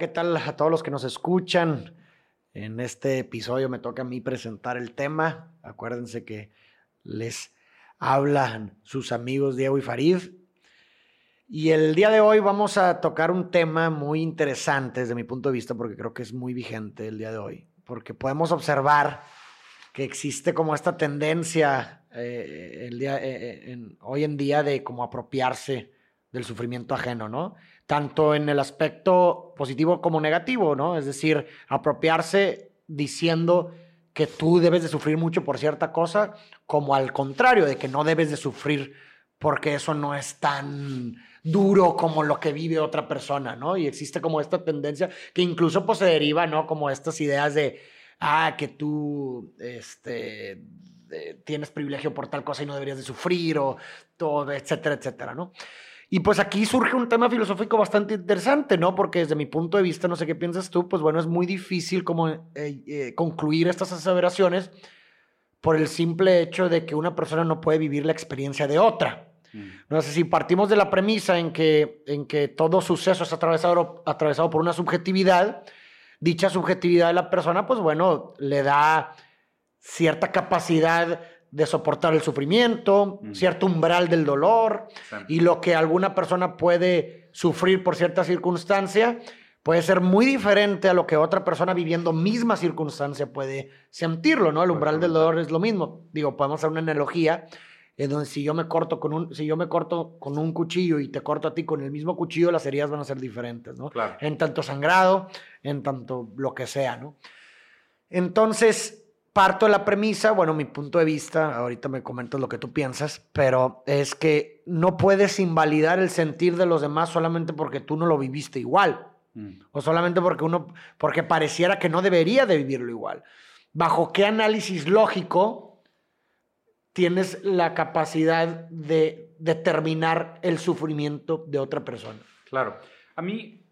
¿qué tal a todos los que nos escuchan? En este episodio me toca a mí presentar el tema. Acuérdense que les hablan sus amigos Diego y Farid. Y el día de hoy vamos a tocar un tema muy interesante desde mi punto de vista, porque creo que es muy vigente el día de hoy. Porque podemos observar que existe como esta tendencia hoy en día de como apropiarse del sufrimiento ajeno, ¿no? Tanto en el aspecto positivo como negativo, ¿no? Es decir, apropiarse diciendo que tú debes de sufrir mucho por cierta cosa, como al contrario, de que no debes de sufrir porque eso no es tan duro como lo que vive otra persona, ¿no? Y existe como esta tendencia que incluso pues se deriva, ¿no? Como estas ideas de, que tú, tienes privilegio por tal cosa y no deberías de sufrir, o todo, etcétera, etcétera, ¿no? Y pues aquí surge un tema filosófico bastante interesante, ¿no? Porque desde mi punto de vista, no sé qué piensas tú, pues bueno, es muy difícil como concluir estas aseveraciones por el simple hecho de que una persona no puede vivir la experiencia de otra. No sé si partimos de la premisa en que todo suceso es atravesado por una subjetividad, dicha subjetividad de la persona, pues bueno, le da cierta capacidad de soportar el sufrimiento, cierto umbral del dolor, sí. Y lo que alguna persona puede sufrir por cierta circunstancia puede ser muy diferente a lo que otra persona viviendo misma circunstancia puede sentirlo, ¿no? El umbral del dolor es lo mismo. Digo, podemos hacer una analogía en donde si yo me corto con un cuchillo y te corto a ti con el mismo cuchillo, las heridas van a ser diferentes, ¿no? Claro. En tanto sangrado, en tanto lo que sea, ¿no? Entonces, parto de la premisa, bueno, mi punto de vista, ahorita me comentas lo que tú piensas, pero es que no puedes invalidar el sentir de los demás solamente porque tú no lo viviste igual. O solamente porque pareciera que no debería de vivirlo igual. ¿Bajo qué análisis lógico tienes la capacidad de determinar el sufrimiento de otra persona? Claro. A mí,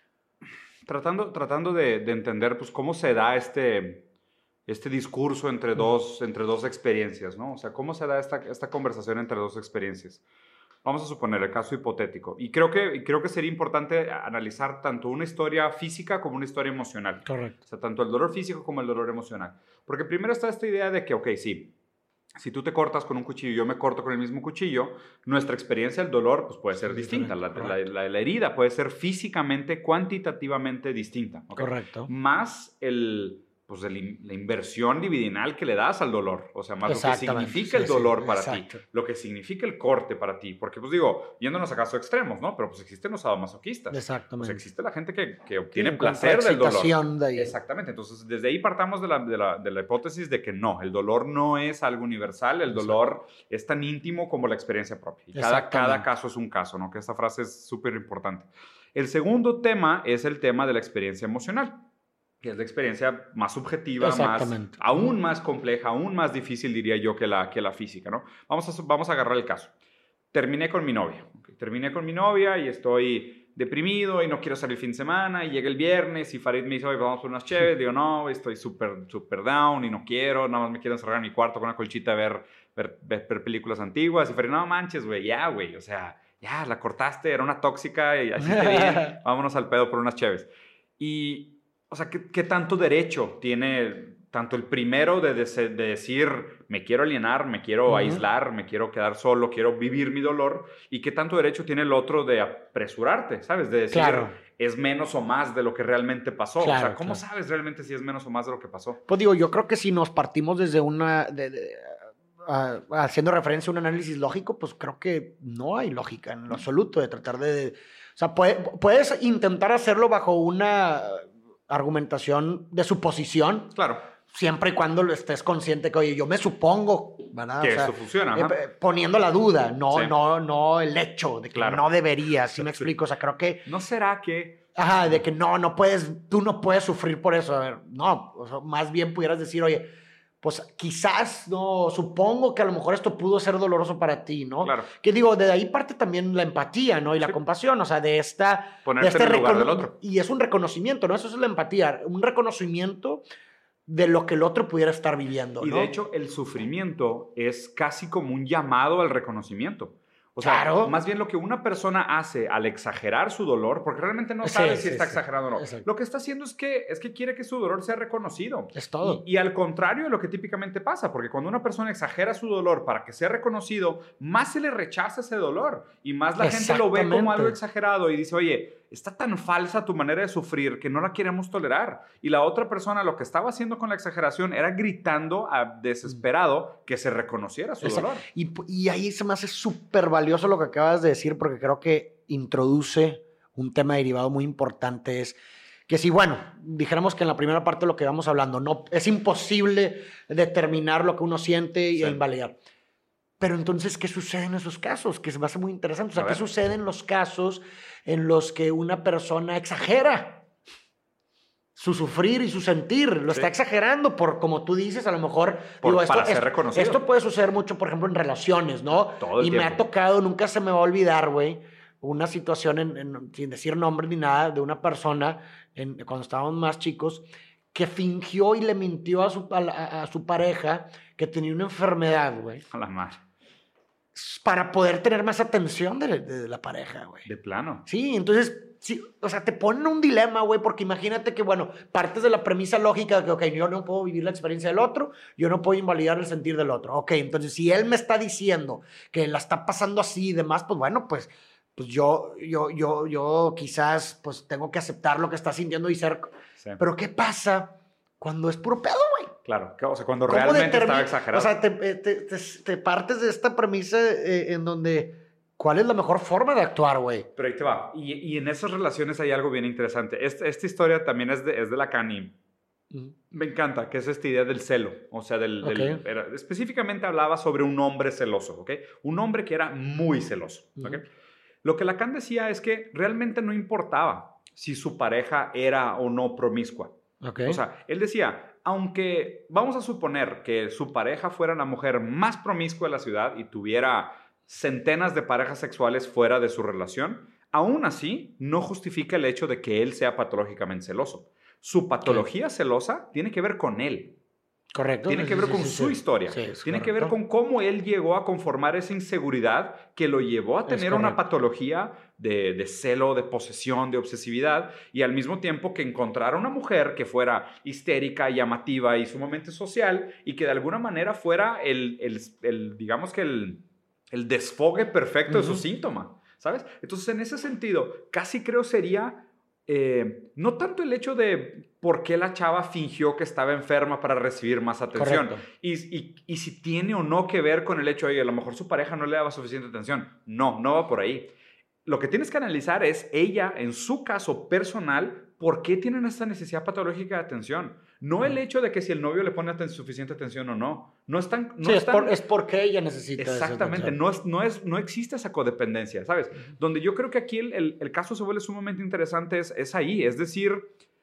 tratando de entender pues, cómo se da este discurso entre dos experiencias, ¿no? O sea, cómo se da esta conversación entre dos experiencias. Vamos a suponer el caso hipotético. Y creo que sería importante analizar tanto una historia física como una historia emocional. Correcto. O sea, tanto el dolor físico como el dolor emocional. Porque primero está esta idea de que, ok, sí, si tú te cortas con un cuchillo y yo me corto con el mismo cuchillo, nuestra experiencia del dolor pues, puede ser distinta. La herida puede ser físicamente, cuantitativamente distinta. ¿Okay? Correcto. Más la inversión libidinal que le das al dolor, o sea, más lo que significa el dolor para ti, lo que significa el corte para ti, porque pues digo, yéndonos a casos extremos, ¿no? Pero pues existen los sadomasoquistas. Exactamente. Pues existe la gente que obtiene placer del dolor. De ahí. Exactamente, entonces desde ahí partamos de la hipótesis de que no, el dolor no es algo universal, el dolor es tan íntimo como la experiencia propia. Y cada caso es un caso, ¿no? Que esta frase es súper importante. El segundo tema es el tema de la experiencia emocional, que es la experiencia más subjetiva, aún más compleja, aún más difícil, diría yo, que la física, ¿no? Vamos a agarrar el caso. Terminé con mi novia y estoy deprimido y no quiero salir el fin de semana, y llega el viernes y Farid me dice, oye, vamos por unas chéves. Digo, no, estoy súper down y no quiero, nada más me quiero encerrar en mi cuarto con una colchita a ver películas antiguas. Y Farid, no manches, güey, o sea, ya, la cortaste, era una tóxica y así te bien, vámonos al pedo por unas chéves. Y o sea, ¿qué tanto derecho tiene tanto el primero de decir me quiero alienar, me quiero aislar, me quiero quedar solo, quiero vivir mi dolor? ¿Y qué tanto derecho tiene el otro de apresurarte, ¿sabes? De decir, es menos o más de lo que realmente pasó. Claro, o sea, ¿cómo sabes realmente si es menos o más de lo que pasó? Pues digo, yo creo que si nos partimos desde haciendo referencia a un análisis lógico, pues creo que no hay lógica en lo absoluto de tratar de... O sea, puedes intentar hacerlo bajo una argumentación de suposición. Claro. Siempre y cuando estés consciente que, oye, yo me supongo, ¿verdad? Que esto funciona. Poniendo la duda, no el hecho de que no debería, ¿sí me explico? O sea, creo que... ¿No será que...? Ajá, de que tú no puedes sufrir por eso. A ver, no, o sea, más bien pudieras decir, oye, pues quizás, no, supongo que a lo mejor esto pudo ser doloroso para ti, ¿no? Claro. Que digo, de ahí parte también la empatía, ¿no? Y la compasión, o sea, de esta... Ponerte en el lugar del otro. Y es un reconocimiento, ¿no? Eso es la empatía, un reconocimiento de lo que el otro pudiera estar viviendo, ¿no? Y de hecho, el sufrimiento es casi como un llamado al reconocimiento. O sea, claro. más bien lo que una persona hace al exagerar su dolor, porque realmente no sabe si está exagerando o no. Exacto. Lo que está haciendo es que quiere que su dolor sea reconocido. Es todo. Y al contrario de lo que típicamente pasa, porque cuando una persona exagera su dolor para que sea reconocido, más se le rechaza ese dolor y más la gente lo ve como algo exagerado y dice, oye, está tan falsa tu manera de sufrir que no la queremos tolerar. Y la otra persona lo que estaba haciendo con la exageración era gritando desesperado que se reconociera su dolor. Y ahí se me hace súper valioso lo que acabas de decir, porque creo que introduce un tema derivado muy importante, es que si, bueno, dijéramos que en la primera parte de lo que vamos hablando, no, es imposible determinar lo que uno siente y invalidar. Pero entonces, ¿qué sucede en esos casos? Que se me hace muy interesante. O sea, ¿qué sucede en los casos en los que una persona exagera su sufrir y su sentir? Lo está exagerando por, como tú dices, a lo mejor... para ser reconocido. Esto puede suceder mucho, por ejemplo, en relaciones, ¿no? Todo el tiempo. Me ha tocado, nunca se me va a olvidar, güey, una situación, sin decir nombres ni nada, de una persona, cuando estábamos más chicos, que fingió y le mintió a su pareja que tenía una enfermedad, güey. A la madre. Para poder tener más atención de la pareja, güey. De plano. Sí, entonces, sí, o sea, te ponen un dilema, güey, porque imagínate que, bueno, partes de la premisa lógica de que, ok, yo no puedo vivir la experiencia del otro, yo no puedo invalidar el sentir del otro. Ok, entonces, si él me está diciendo que la está pasando así y demás, pues bueno, pues yo quizás, pues tengo que aceptar lo que está sintiendo y ser... Sí. Pero ¿qué pasa cuando es puro pedo, güey? Claro, o sea, cuando realmente estaba exagerado. O sea, te partes de esta premisa en donde, ¿cuál es la mejor forma de actuar, güey? Pero ahí te va. Y en esas relaciones hay algo bien interesante. Esta historia también es de Lacan y me encanta, que es esta idea del celo. O sea, específicamente hablaba sobre un hombre celoso, ¿ok? Un hombre que era muy celoso, ¿ok? Lo que Lacan decía es que realmente no importaba si su pareja era o no promiscua. Okay. O sea, él decía, aunque vamos a suponer que su pareja fuera la mujer más promiscua de la ciudad y tuviera centenas de parejas sexuales fuera de su relación, aún así no justifica el hecho de que él sea patológicamente celoso. Su patología celosa tiene que ver con él. Correcto. Tiene que ver con su historia. Tiene que ver con cómo él llegó a conformar esa inseguridad que lo llevó a tener una patología de celo, de posesión, de obsesividad, y al mismo tiempo que encontrara una mujer que fuera histérica, llamativa y sumamente social, y que de alguna manera fuera digamos que el desfogue perfecto de su síntoma, ¿sabes? Entonces, en ese sentido, casi creo sería... no tanto el hecho de por qué la chava fingió que estaba enferma para recibir más atención y si tiene o no que ver con el hecho de que a lo mejor su pareja no le daba suficiente atención. No va por ahí. Lo que tienes que analizar es ella, en su caso personal, por qué tienen esta necesidad patológica de atención. No el hecho de que si el novio le pone suficiente atención o no. Es porque ella necesita. Exactamente. No existe esa codependencia, ¿sabes? Donde yo creo que aquí el caso se vuelve sumamente interesante es ahí. Es decir,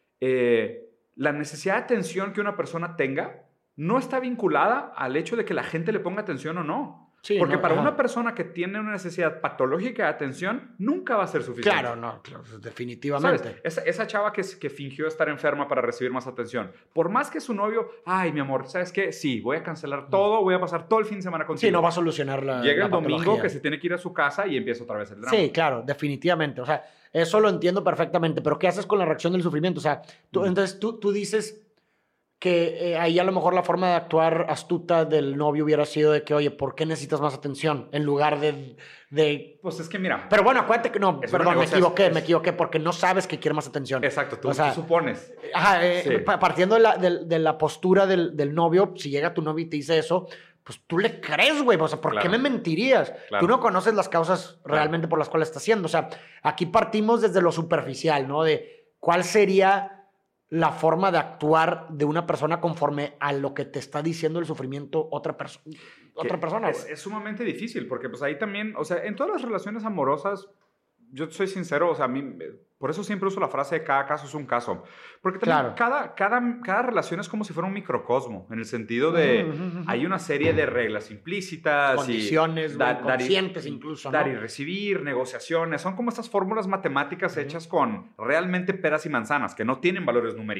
la necesidad de atención que una persona tenga no está vinculada al hecho de que la gente le ponga atención o no. Sí, porque para una persona que tiene una necesidad patológica de atención, nunca va a ser suficiente. Claro, definitivamente. ¿Sabes? Esa chava que fingió estar enferma para recibir más atención, por más que su novio, ay, mi amor, ¿sabes qué? Sí, voy a cancelar todo, voy a pasar todo el fin de semana contigo. Sí, no va a solucionar Llega el domingo que se tiene que ir a su casa y empieza otra vez el drama. Sí, claro, definitivamente. O sea, eso lo entiendo perfectamente, pero ¿qué haces con la reacción del sufrimiento? O sea, entonces tú dices... que ahí a lo mejor la forma de actuar astuta del novio hubiera sido de que, oye, ¿por qué necesitas más atención? En lugar de... Pues es que mira... Pero bueno, acuérdate que no, perdón, me equivoqué, porque no sabes que quiere más atención. Exacto, tú supones. Ajá, partiendo de la postura del novio, si llega tu novio y te dice eso, pues tú le crees, güey, o sea, ¿por qué me mentirías? Claro. Tú no conoces las causas realmente por las cuales está haciendo. O sea, aquí partimos desde lo superficial, ¿no? De cuál sería... la forma de actuar de una persona conforme a lo que te está diciendo el sufrimiento otra persona. Es sumamente difícil, porque pues ahí también, o sea, en todas las relaciones amorosas, yo soy sincero, o sea, a mí, por eso siempre uso la frase de cada caso es un caso. Porque también cada relación es como si fuera un microcosmo, en el sentido de hay una serie de reglas implícitas. Condiciones, conscientes incluso, ¿no? Dar y recibir, negociaciones. Son como estas fórmulas matemáticas hechas con realmente peras y manzanas, que no tienen valores numéricos.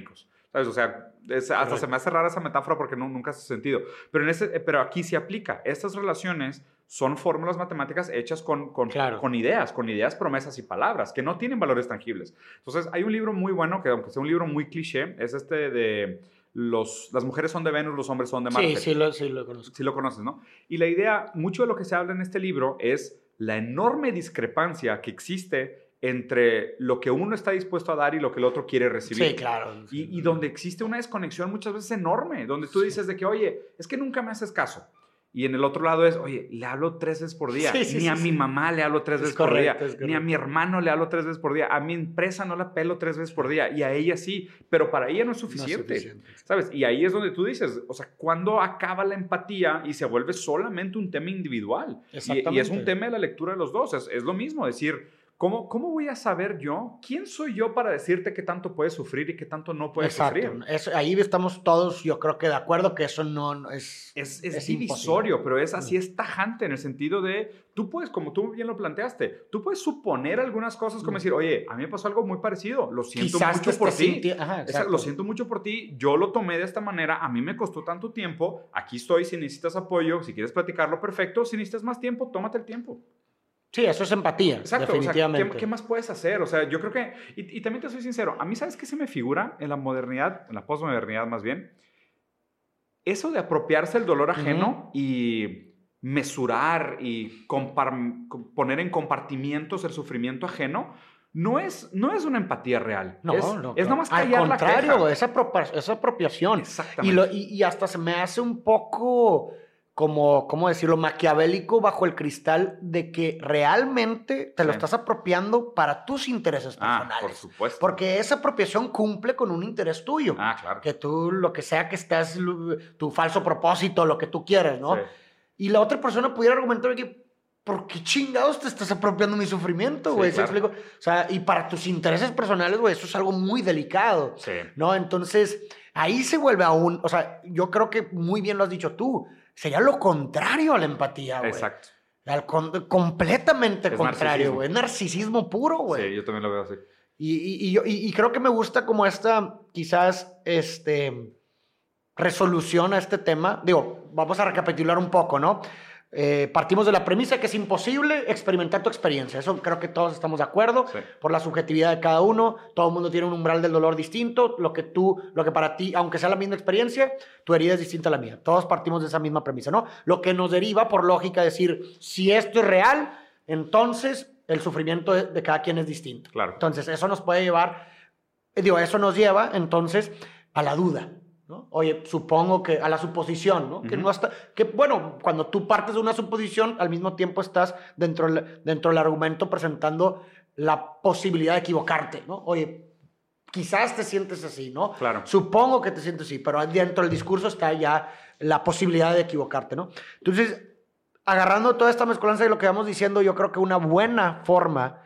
¿Sabes? O sea, hasta se me hace rara esa metáfora porque nunca hace sentido. Pero aquí sí aplica. Estas relaciones son fórmulas matemáticas hechas con ideas, promesas y palabras que no tienen valores tangibles. Entonces, hay un libro muy bueno, que aunque sea un libro muy cliché, es de las mujeres son de Venus, los hombres son de Marte. Sí lo conozco. Sí lo conoces, ¿no? Y la idea, mucho de lo que se habla en este libro es la enorme discrepancia que existe entre lo que uno está dispuesto a dar y lo que el otro quiere recibir. Sí, claro. Y donde existe una desconexión muchas veces enorme, donde tú dices de que, oye, es que nunca me haces caso. Y en el otro lado es, oye, le hablo 3 veces por día. Ni a mi mamá le hablo 3 veces por día. Ni a mi hermano le hablo 3 veces por día. A mi empresa no la pelo 3 veces por día. Y a ella sí. Pero para ella no es suficiente. ¿Sabes? Y ahí es donde tú dices, o sea, ¿cuándo acaba la empatía y se vuelve solamente un tema individual? Y es un tema de la lectura de los dos. Es lo mismo, decir, ¿cómo voy a saber yo? ¿Quién soy yo para decirte qué tanto puedes sufrir y qué tanto no puedes sufrir? Ahí estamos todos, yo creo que de acuerdo que eso no es... Es divisorio, imposible. Pero así es tajante en el sentido de, tú puedes, como tú bien lo planteaste, tú puedes suponer algunas cosas como decir, oye, a mí me pasó algo muy parecido, lo siento mucho por ti. Lo siento mucho por ti, yo lo tomé de esta manera, a mí me costó tanto tiempo, aquí estoy, si necesitas apoyo, si quieres platicarlo, perfecto, si necesitas más tiempo, tómate el tiempo. Sí, eso es empatía. Exacto, definitivamente. O sea, ¿qué más puedes hacer? O sea, yo creo que, y también te soy sincero, a mí, ¿sabes qué se me figura en la modernidad, en la posmodernidad más bien? Eso de apropiarse el dolor ajeno y mesurar y poner en compartimientos el sufrimiento ajeno, no es una empatía real. Es nomás callar la queja. Al contrario, es apropiación. Exactamente. Y hasta se me hace un poco... ¿cómo decirlo? Maquiavélico bajo el cristal de que realmente te lo estás apropiando para tus intereses personales. Por supuesto. Porque esa apropiación cumple con un interés tuyo. Claro. Que tú, lo que sea que estés, tu falso propósito, lo que tú quieres, ¿no? Sí. Y la otra persona pudiera argumentar que, ¿por qué chingados te estás apropiando mi sufrimiento, güey? Sí, claro. O sea, y para tus intereses personales, güey, eso es algo muy delicado. Sí. ¿No? Entonces, ahí se vuelve aún, o sea, yo creo que muy bien lo has dicho tú, sería lo contrario a la empatía, güey. Exacto. Completamente contrario, güey. Es narcisismo puro, güey. Sí, yo también lo veo así. Y creo que me gusta como esta, quizás, resolución a este tema. Digo, vamos a recapitular un poco, ¿no? Partimos de la premisa que es imposible experimentar tu experiencia. Eso creo que todos estamos de acuerdo. Sí. Por la subjetividad de cada uno. Todo el mundo tiene un umbral del dolor distinto. Lo que para ti, aunque sea la misma experiencia, tu herida es distinta a la mía. Todos partimos de esa misma premisa, ¿no? Lo que nos deriva, por lógica, decir, si esto es real, entonces el sufrimiento de cada quien es distinto. Claro. Entonces, eso nos puede llevar, eso nos lleva, entonces, a la duda, ¿no? Oye, supongo que a la suposición, ¿no? Que bueno, cuando tú partes de una suposición, al mismo tiempo estás dentro del argumento presentando la posibilidad de equivocarte, ¿no? Oye, quizás te sientes así, ¿no? Claro. Supongo que te sientes así, pero dentro del discurso está ya la posibilidad de equivocarte, ¿no? Entonces, agarrando toda esta mezcolanza de lo que vamos diciendo, yo creo que una buena forma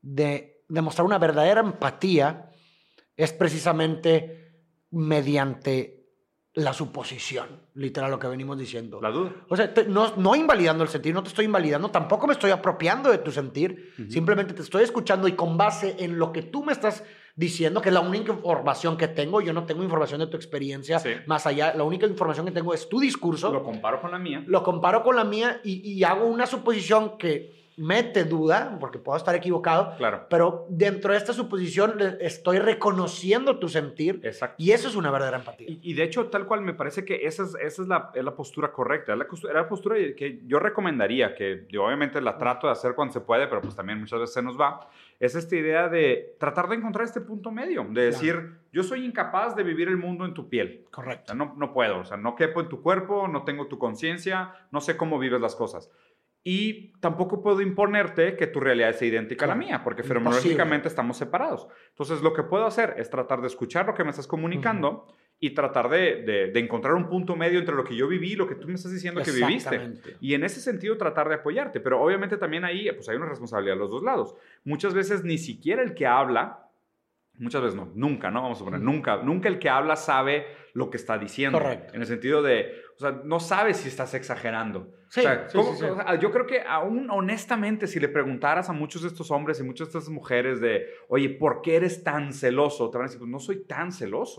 de demostrar una verdadera empatía es precisamente mediante la suposición, literal, lo que venimos diciendo. La duda. O sea, no invalidando el sentir, no te estoy invalidando, tampoco me estoy apropiando de tu sentir, simplemente te estoy escuchando y con base en lo que tú me estás diciendo, que es la única información que tengo, yo no tengo información de tu experiencia, más allá, la única información que tengo es tu discurso. Lo comparo con la mía. Lo comparo con la mía y hago una suposición que mete duda, porque puedo estar equivocado, claro, pero dentro de esta suposición estoy reconociendo tu sentir. Exacto. Y eso es una verdadera empatía. Y de hecho, tal cual, me parece que esa es la postura correcta, es la postura que yo recomendaría, que yo obviamente la trato de hacer cuando se puede, pero pues también muchas veces se nos va, es esta idea de tratar de encontrar este punto medio, de decir, yo soy incapaz de vivir el mundo en tu piel. Correcto. O sea, no puedo, o sea, no quepo en tu cuerpo, no tengo tu conciencia, no sé cómo vives las cosas. Y tampoco puedo imponerte que tu realidad sea idéntica a la mía, porque fenomenológicamente estamos separados. Entonces, lo que puedo hacer es tratar de escuchar lo que me estás comunicando y tratar de encontrar un punto medio entre lo que yo viví y lo que tú me estás diciendo que viviste. Y en ese sentido, tratar de apoyarte. Pero obviamente también ahí pues, hay una responsabilidad de los dos lados. Muchas veces ni siquiera el que habla, muchas veces no, nunca, ¿no? Vamos a poner, nunca el que habla sabe lo que está diciendo. Correcto. En el sentido de, o sea, no sabes si estás exagerando. Sí, o sea, sí. O sea, yo creo que aún honestamente, si le preguntaras a muchos de estos hombres y muchas de estas mujeres de, oye, ¿por qué eres tan celoso? Te van a decir, pues no soy tan celoso.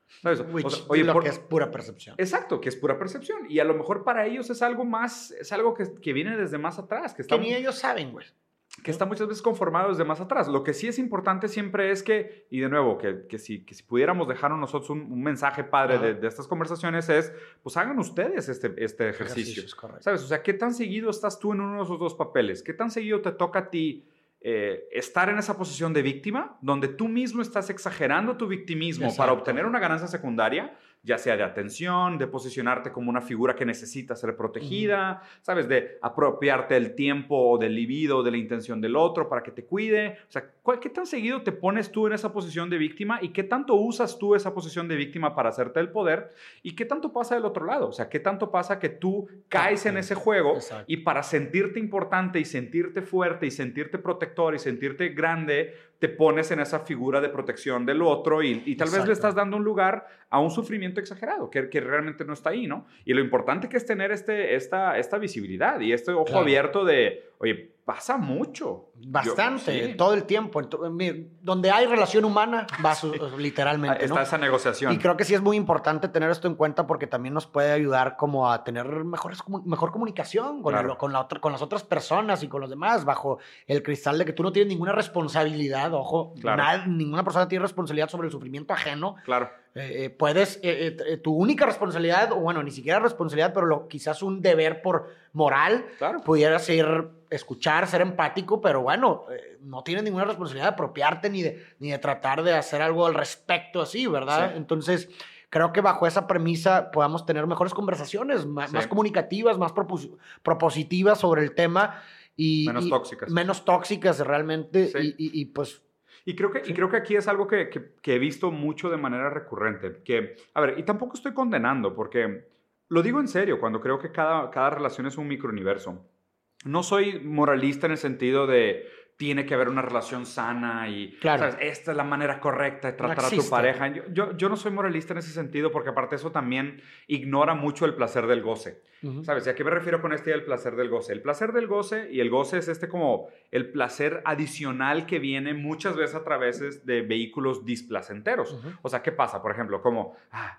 ¿Sabes? Oye, que es pura percepción. Exacto, que es pura percepción. Y a lo mejor para ellos es algo más, es algo que viene desde más atrás. Que ni ellos saben, güey. Que está muchas veces conformado desde más atrás. Lo que sí es importante siempre es que, y de nuevo, que si pudiéramos dejar nosotros un mensaje padre de estas conversaciones es, pues hagan ustedes este ejercicio. ¿Sabes? O sea, ¿qué tan seguido estás tú en uno de esos dos papeles? ¿Qué tan seguido te toca a ti estar en esa posición de víctima, donde tú mismo estás exagerando tu victimismo para obtener una ganancia secundaria, ya sea de atención, de posicionarte como una figura que necesita ser protegida, ¿sabes? De apropiarte del tiempo o del libido, de la intención del otro para que te cuide. O sea, ¿qué tan seguido te pones tú en esa posición de víctima y qué tanto usas tú esa posición de víctima para hacerte el poder y qué tanto pasa del otro lado? O sea, ¿qué tanto pasa que tú caes en ese juego y para sentirte importante y sentirte fuerte y sentirte protector y sentirte grande, te pones en esa figura de protección del otro y tal vez le estás dando un lugar a un sufrimiento exagerado que realmente no está ahí, ¿no? Y lo importante que es tener esta visibilidad y este ojo abierto de, oye, pasa mucho. Bastante, todo el tiempo. Donde hay relación humana, va literalmente, está esa negociación. Y creo que sí es muy importante tener esto en cuenta porque también nos puede ayudar como a tener mejor comunicación con las otras personas y con los demás, bajo el cristal de que tú no tienes ninguna responsabilidad, ojo, ninguna persona tiene responsabilidad sobre el sufrimiento ajeno. Claro. Puedes, tu única responsabilidad, o bueno, ni siquiera responsabilidad, pero quizás un deber por moral, pudiera ser escuchar, ser empático, pero bueno, no tienes ninguna responsabilidad de apropiarte ni de tratar de hacer algo al respecto así, ¿verdad? Sí. Entonces, creo que bajo esa premisa podamos tener mejores conversaciones, más comunicativas, más propositivas sobre el tema y menos tóxicas realmente y pues... Y creo que aquí es algo que he visto mucho de manera recurrente. A ver, y tampoco estoy condenando, porque lo digo en serio, cuando creo que cada relación es un microuniverso. No soy moralista en el sentido de tiene que haber una relación sana y ¿sabes? Esta es la manera correcta de tratar a tu pareja. Yo no soy moralista en ese sentido porque aparte eso también ignora mucho el placer del goce. ¿Sabes? ¿Y a qué me refiero con del placer del goce? El placer del goce y el goce es como el placer adicional que viene muchas veces a través de vehículos displacenteros. O sea, ¿qué pasa? Por ejemplo, como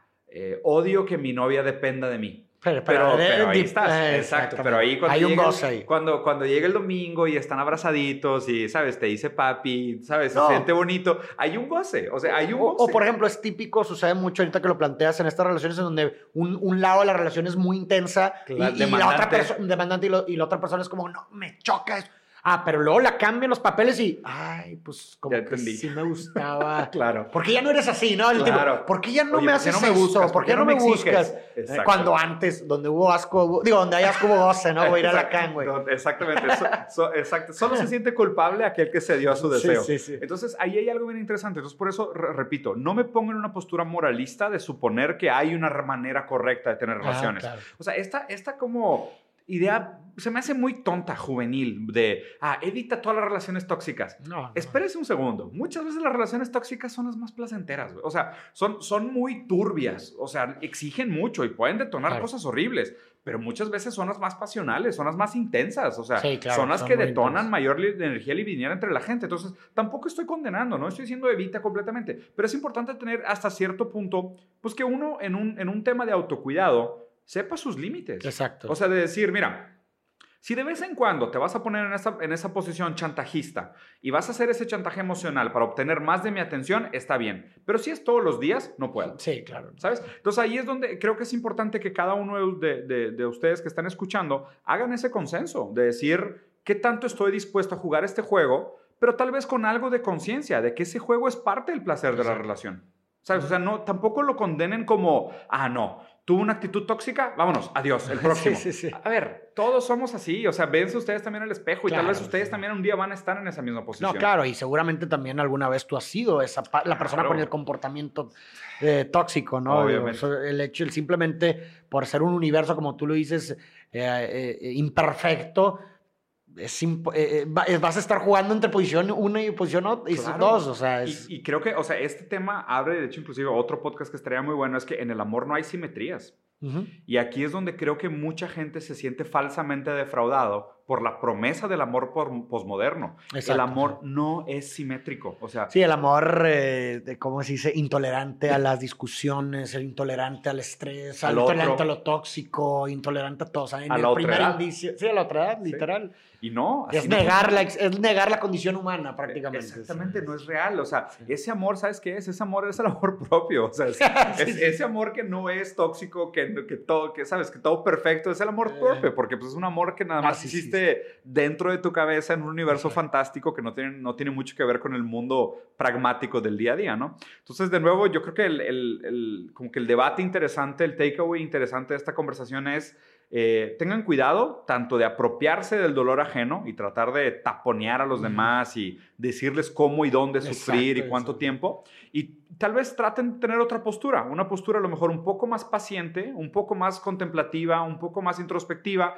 odio que mi novia dependa de mí. Pero ahí estás, exacto. Pero ahí cuando llega el domingo y están abrazaditos y, ¿sabes? Te dice papi, ¿sabes? Se siente bonito. Hay un goce, o sea, hay un goce. O, por ejemplo, es típico, sucede mucho ahorita que lo planteas en estas relaciones en donde un lado de la relación es muy intensa y la otra persona, demandante y la otra persona es como, no, me choca eso. Pero luego la cambian los papeles y, pues como que sí me gustaba. Claro. ¿Por qué ya no eres así, no? ¿Por qué ya no me haces eso? ¿Por qué no me buscas? Cuando antes, donde hubo asco, donde hay asco hubo goce, ¿no? Voy a ir a la can, güey. Exactamente. Exacto. Solo se siente culpable aquel que se dio a su deseo. Sí. Entonces, ahí hay algo bien interesante. Entonces, por eso, repito, no me pongo en una postura moralista de suponer que hay una manera correcta de tener relaciones. Claro. O sea, esta como... idea se me hace muy tonta, juvenil, de, evita todas las relaciones tóxicas. No. Espérese un segundo. Muchas veces las relaciones tóxicas son las más placenteras, güey. O sea, son muy turbias. O sea, exigen mucho y pueden detonar cosas horribles. Pero muchas veces son las más pasionales, son las más intensas. O sea, son las que detonan mayor energía libidinal entre la gente. Entonces, tampoco estoy condenando, no estoy diciendo evita completamente. Pero es importante tener hasta cierto punto, pues que uno en un tema de autocuidado sepa sus límites. Exacto. O sea, de decir, mira, si de vez en cuando te vas a poner en esa posición chantajista y vas a hacer ese chantaje emocional para obtener más de mi atención, está bien. Pero si es todos los días, no puedo. Sí, claro. ¿Sabes? Entonces ahí es donde creo que es importante que cada uno de ustedes que están escuchando hagan ese consenso de decir qué tanto estoy dispuesto a jugar este juego, pero tal vez con algo de conciencia de que ese juego es parte del placer de la relación. ¿Sabes? O sea, tampoco lo condenen como, no, tuvo una actitud tóxica, vámonos, adiós, el próximo. Sí. A ver, todos somos así, o sea, véanse ustedes también al espejo y tal vez ustedes también un día van a estar en esa misma posición. No, claro, y seguramente también alguna vez tú has sido la persona con el comportamiento tóxico, ¿no? Obviamente. El simplemente por ser un universo, como tú lo dices, imperfecto, vas a estar jugando entre posición 1 y posición 2, o sea... Y creo que, o sea, este tema abre, de hecho, inclusive otro podcast que estaría muy bueno, es que en el amor no hay simetrías. Y aquí es donde creo que mucha gente se siente falsamente defraudado por la promesa del amor posmoderno. Exacto. El amor no es simétrico. O sea, sí, el amor, ¿cómo se dice? Intolerante a las discusiones, el intolerante al estrés, intolerante a lo tóxico, intolerante a todo. O sea, en a el la primer otredad. indicio. Sí, a la otra edad, Sí. literal. Y no, así Es no negar la condición humana, prácticamente. Exactamente, no es real. O sea, ese amor, ¿sabes qué es? Ese amor es el amor propio. O sea, ese amor que no es tóxico, que todo, que sabes, que todo perfecto, es el amor propio, porque pues, es un amor que nada más hiciste dentro de tu cabeza en un universo fantástico que no tiene mucho que ver con el mundo pragmático del día a día, ¿no? Entonces, de nuevo, yo creo que como que el debate interesante, el takeaway interesante de esta conversación es tengan cuidado tanto de apropiarse del dolor ajeno y tratar de taponear a los demás y decirles cómo y dónde sufrir y cuánto tiempo. Y tal vez traten de tener otra postura, una postura a lo mejor un poco más paciente, un poco más contemplativa, un poco más introspectiva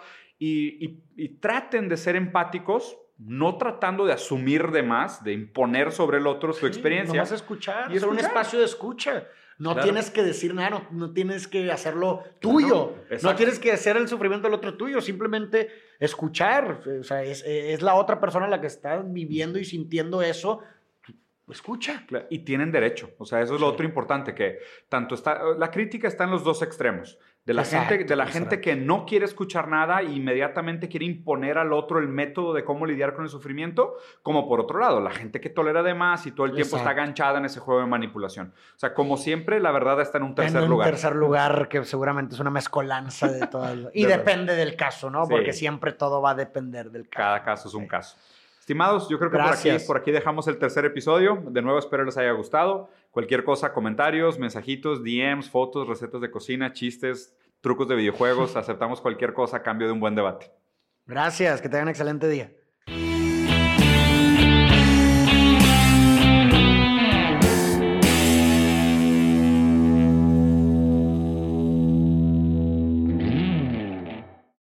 y traten de ser empáticos, no tratando de asumir de más, de imponer sobre el otro su experiencia. Nomás escuchar, y es un espacio de escucha. No tienes que decir nada, no tienes que hacerlo tuyo. No tienes que hacer el sufrimiento del otro tuyo, simplemente escuchar. O sea, es la otra persona la que está viviendo y sintiendo eso. Escucha. Y tienen derecho. O sea, eso es lo otro importante, que la crítica está en los dos extremos. De la gente que no quiere escuchar nada e inmediatamente quiere imponer al otro el método de cómo lidiar con el sufrimiento, como por otro lado, la gente que tolera de más y todo el tiempo está enganchada en ese juego de manipulación. O sea, como siempre, la verdad está en un tercer lugar. En un tercer lugar, que seguramente es una mezcolanza de todo. Y depende del caso, ¿no? Porque siempre todo va a depender del caso. Cada caso es un caso. Estimados, yo creo que por aquí dejamos el tercer episodio. De nuevo, espero les haya gustado. Cualquier cosa, comentarios, mensajitos, DMs, fotos, recetas de cocina, chistes, trucos de videojuegos. Aceptamos cualquier cosa a cambio de un buen debate. Gracias, que tengan un excelente día.